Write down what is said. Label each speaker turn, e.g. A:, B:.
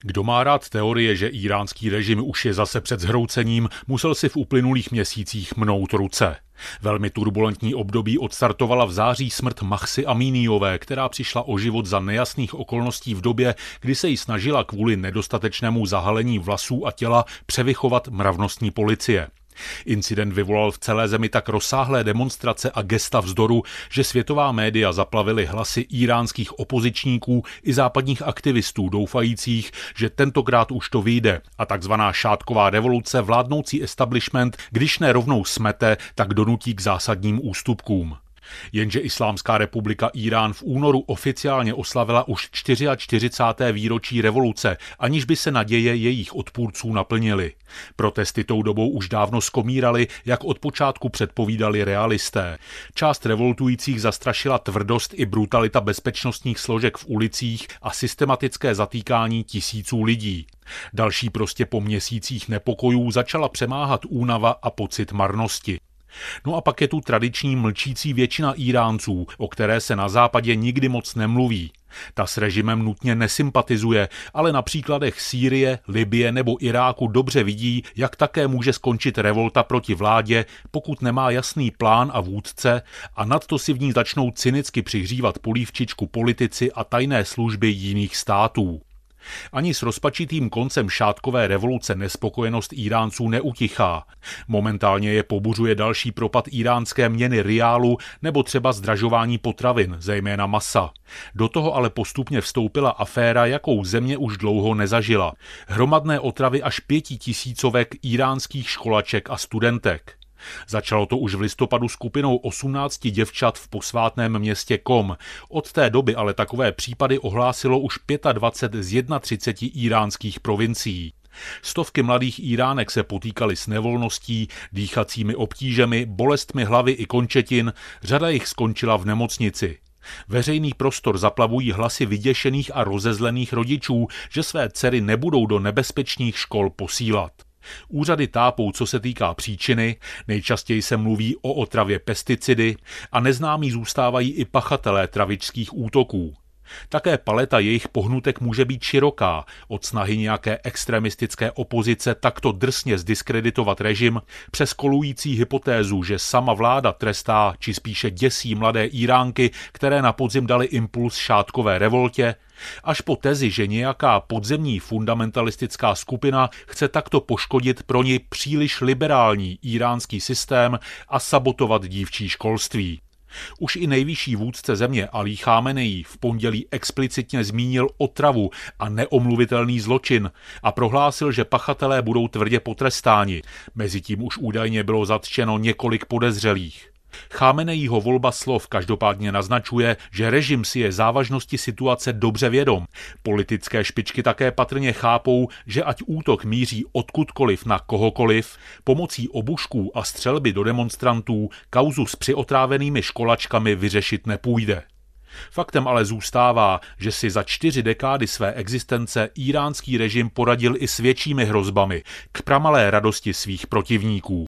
A: Kdo má rád teorie, že íránský režim už je zase před zhroucením, musel si v uplynulých měsících mnout ruce. Velmi turbulentní období odstartovala v září smrt Mahsy Aminiové, která přišla o život za nejasných okolností v době, kdy se jí snažila kvůli nedostatečnému zahalení vlasů a těla převychovat mravnostní policie. Incident vyvolal v celé zemi tak rozsáhlé demonstrace a gesta vzdoru, že světová média zaplavily hlasy íránských opozičníků i západních aktivistů doufajících, že tentokrát už to vyjde a takzvaná šátková revoluce vládnoucí establishment, když ne rovnou smete, tak donutí k zásadním ústupkům. Jenže Islámská republika Írán v únoru oficiálně oslavila už 44. výročí revoluce, aniž by se naděje jejich odpůrců naplnily. Protesty tou dobou už dávno skomíraly, jak od počátku předpovídali realisté. Část revoltujících zastrašila tvrdost i brutalita bezpečnostních složek v ulicích a systematické zatýkání tisíců lidí. Další prostě po měsících nepokojů začala přemáhat únava a pocit marnosti. No a pak je tu tradiční mlčící většina Íránců, o které se na západě nikdy moc nemluví. Ta s režimem nutně nesympatizuje, ale na příkladech Sýrie, Libye nebo Iráku dobře vidí, jak také může skončit revolta proti vládě, pokud nemá jasný plán a vůdce, a nadto si v ní začnou cynicky přihřívat polívčičku politici a tajné služby jiných států. Ani s rozpačitým koncem šátkové revoluce nespokojenost Íránců neutichá. Momentálně je pobuřuje další propad íránské měny riálu nebo třeba zdražování potravin, zejména masa. Do toho ale postupně vstoupila aféra, jakou země už dlouho nezažila. Hromadné otravy až 5 000 íránských školaček a studentek. Začalo to už v listopadu skupinou 18 děvčat v posvátném městě Kom. Od té doby ale takové případy ohlásilo už 25 z 31 íránských provincií. Stovky mladých Íránek se potýkaly s nevolností, dýchacími obtížemi, bolestmi hlavy i končetin, řada jich skončila v nemocnici. Veřejný prostor zaplavují hlasy vyděšených a rozezlených rodičů, že své dcery nebudou do nebezpečných škol posílat. Úřady tápou, co se týká příčiny, nejčastěji se mluví o otravě pesticidy a neznámí zůstávají i pachatelé travičských útoků. Také paleta jejich pohnutek může být široká, od snahy nějaké extremistické opozice takto drsně zdiskreditovat režim, přes kolující hypotézu, že sama vláda trestá, či spíše děsí mladé Íránky, které na podzim dali impuls šátkové revoltě, až po tezi, že nějaká podzemní fundamentalistická skupina chce takto poškodit pro ni příliš liberální íránský systém a sabotovat dívčí školství. Už i nejvyšší vůdce země Alí Chámenejí v pondělí explicitně zmínil otravu a neomluvitelný zločin a prohlásil, že pachatelé budou tvrdě potrestáni. Mezitím už údajně bylo zatčeno několik podezřelých. Chámenejího volba slov každopádně naznačuje, že režim si je závažnosti situace dobře vědom. Politické špičky také patrně chápou, že ať útok míří odkudkoliv na kohokoliv, pomocí obušků a střelby do demonstrantů kauzu s přiotrávenými školačkami vyřešit nepůjde. Faktem ale zůstává, že si za 4 dekády své existence íránský režim poradil i s většími hrozbami, k pramalé radosti svých protivníků.